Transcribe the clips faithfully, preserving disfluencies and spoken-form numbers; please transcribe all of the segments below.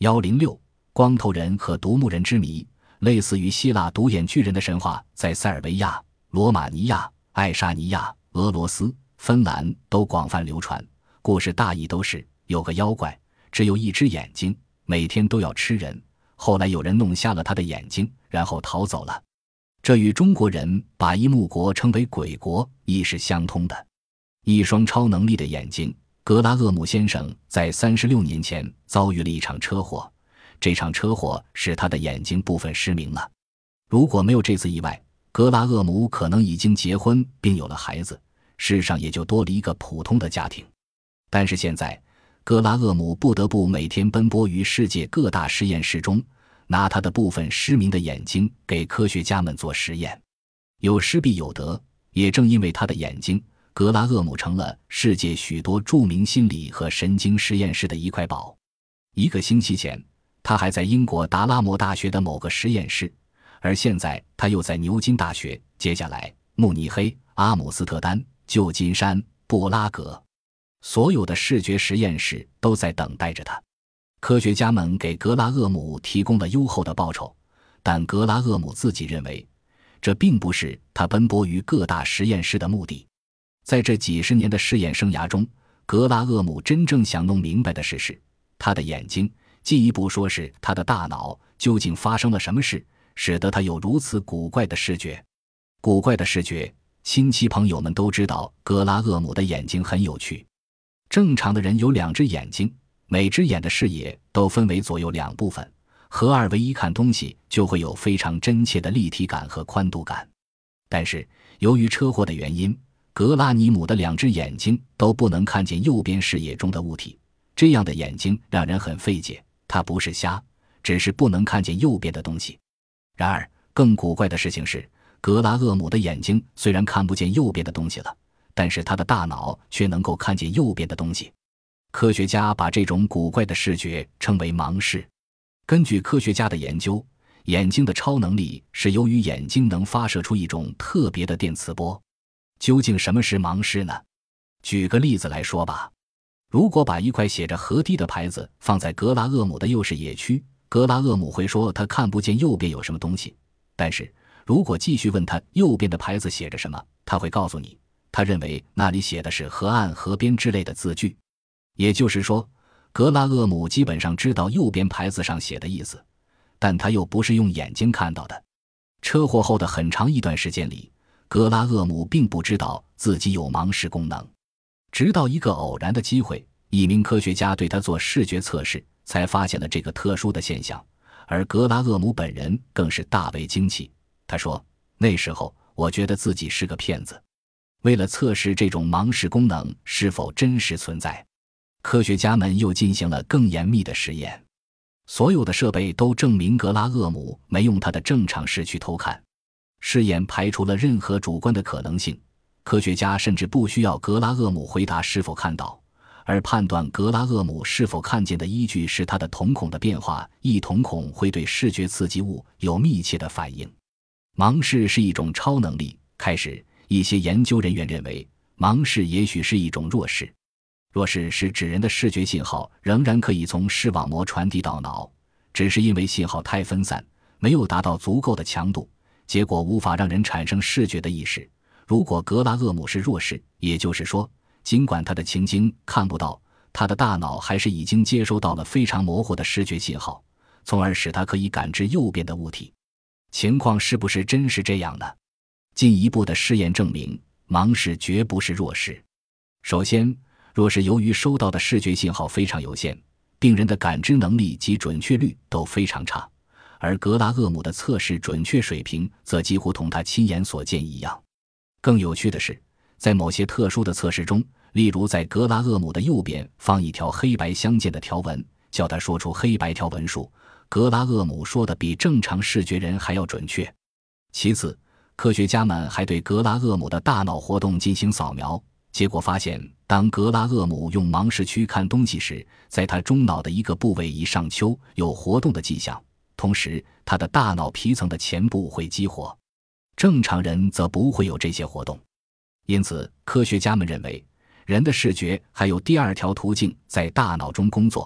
一零六光头人和独目人之谜。类似于希腊独眼巨人的神话，在塞尔维亚、罗马尼亚、爱沙尼亚、俄罗斯、芬兰都广泛流传。故事大意都是有个妖怪，只有一只眼睛，每天都要吃人，后来有人弄瞎了他的眼睛，然后逃走了。这与中国人把一木国称为鬼国亦是相通的。一双超能力的眼睛，格拉厄姆先生在三十六年前遭遇了一场车祸，这场车祸使他的眼睛部分失明了。如果没有这次意外，格拉厄姆可能已经结婚并有了孩子，世上也就多了一个普通的家庭。但是现在，格拉厄姆不得不每天奔波于世界各大实验室中，拿他的部分失明的眼睛给科学家们做实验。有失必有得，也正因为他的眼睛，格拉厄姆成了世界许多著名心理和神经实验室的一块宝。一个星期前，他还在英国达拉摩大学的某个实验室，而现在他又在牛津大学，接下来慕尼黑、阿姆斯特丹、旧金山、布拉格，所有的视觉实验室都在等待着他。科学家们给格拉厄姆提供了优厚的报酬，但格拉厄姆自己认为，这并不是他奔波于各大实验室的目的。在这几十年的试验生涯中，格拉厄姆真正想弄明白的事是，他的眼睛，进一步说是他的大脑，究竟发生了什么事，使得他有如此古怪的视觉。古怪的视觉，亲戚朋友们都知道格拉厄姆的眼睛很有趣。正常的人有两只眼睛，每只眼的视野都分为左右两部分，合二为一看东西就会有非常真切的立体感和宽度感。但是由于车祸的原因，格拉尼姆的两只眼睛都不能看见右边视野中的物体，这样的眼睛让人很费解，他不是瞎，只是不能看见右边的东西。然而更古怪的事情是，格拉厄姆的眼睛虽然看不见右边的东西了，但是他的大脑却能够看见右边的东西。科学家把这种古怪的视觉称为盲视。根据科学家的研究，眼睛的超能力是由于眼睛能发射出一种特别的电磁波。究竟什么是盲视呢？举个例子来说吧，如果把一块写着河堤的牌子放在格拉厄姆的右视野区，格拉厄姆会说他看不见右边有什么东西。但是如果继续问他右边的牌子写着什么，他会告诉你，他认为那里写的是河岸、河边之类的字句。也就是说，格拉厄姆基本上知道右边牌子上写的意思，但他又不是用眼睛看到的。车祸后的很长一段时间里，格拉厄姆并不知道自己有盲视功能，直到一个偶然的机会，一名科学家对他做视觉测试，才发现了这个特殊的现象，而格拉厄姆本人更是大为惊奇。他说，那时候我觉得自己是个骗子。为了测试这种盲视功能是否真实存在，科学家们又进行了更严密的实验。所有的设备都证明格拉厄姆没用他的正常视去偷看。试验排除了任何主观的可能性，科学家甚至不需要格拉厄姆回答是否看到，而判断格拉厄姆是否看见的依据是他的瞳孔的变化，一瞳孔会对视觉刺激物有密切的反应。盲视是一种超能力，开始一些研究人员认为盲视也许是一种弱视。弱视是指人的视觉信号仍然可以从视网膜传递到脑，只是因为信号太分散，没有达到足够的强度，结果无法让人产生视觉的意识。如果格拉厄姆是弱视，也就是说，尽管他的情经看不到，他的大脑还是已经接收到了非常模糊的视觉信号，从而使他可以感知右边的物体。情况是不是真是这样呢？进一步的试验证明，盲视绝不是弱视。首先，弱视由于收到的视觉信号非常有限，病人的感知能力及准确率都非常差，而格拉厄姆的测试准确水平则几乎同他亲眼所见一样。更有趣的是，在某些特殊的测试中，例如在格拉厄姆的右边放一条黑白相间的条纹，叫他说出黑白条纹数，格拉厄姆说的比正常视觉人还要准确。其次，科学家们还对格拉厄姆的大脑活动进行扫描，结果发现，当格拉厄姆用盲视区看东西时，在他中脑的一个部位以上丘有活动的迹象，同时他的大脑皮层的前部会激活，正常人则不会有这些活动。因此，科学家们认为人的视觉还有第二条途径在大脑中工作，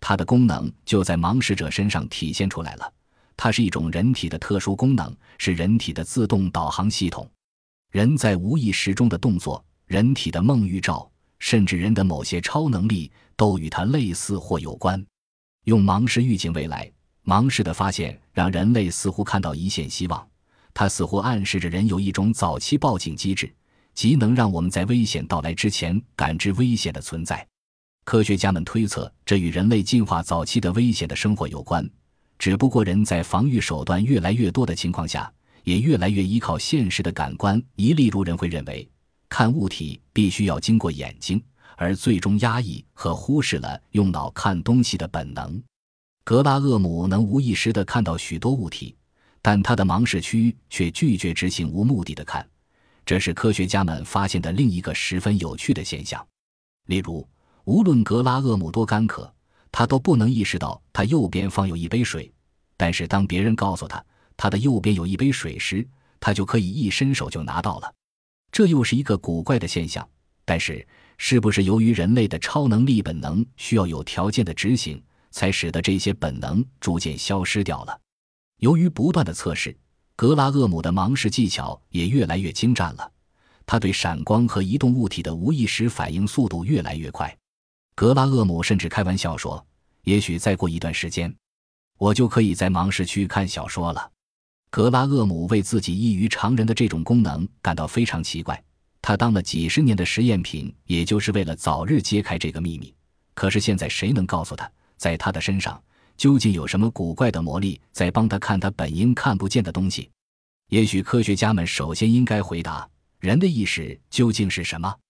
它的功能就在盲视者身上体现出来了。它是一种人体的特殊功能，是人体的自动导航系统。人在无意识中的动作，人体的梦预兆，甚至人的某些超能力都与它类似或有关。用盲视预警未来，盲视的发现让人类似乎看到一线希望，它似乎暗示着人有一种早期报警机制，即能让我们在危险到来之前感知危险的存在。科学家们推测，这与人类进化早期的危险的生活有关，只不过人在防御手段越来越多的情况下，也越来越依靠现实的感官。一例如人会认为看物体必须要经过眼睛，而最终压抑和忽视了用脑看东西的本能。格拉厄姆能无意识地看到许多物体，但他的盲视区却拒绝执行无目的的看，这是科学家们发现的另一个十分有趣的现象。例如，无论格拉厄姆多干渴，他都不能意识到他右边放有一杯水，但是当别人告诉他他的右边有一杯水时，他就可以一伸手就拿到了。这又是一个古怪的现象，但是是不是由于人类的超能力本能需要有条件的执行，才使得这些本能逐渐消失掉了？由于不断的测试，格拉厄姆的盲视技巧也越来越精湛了，他对闪光和移动物体的无意识反应速度越来越快。格拉厄姆甚至开玩笑说，也许再过一段时间，我就可以在盲视区看小说了。格拉厄姆为自己异于常人的这种功能感到非常奇怪，他当了几十年的实验品，也就是为了早日揭开这个秘密。可是现在谁能告诉他，在他的身上究竟有什么古怪的魔力在帮他看他本应看不见的东西？也许科学家们首先应该回答，人的意识究竟是什么？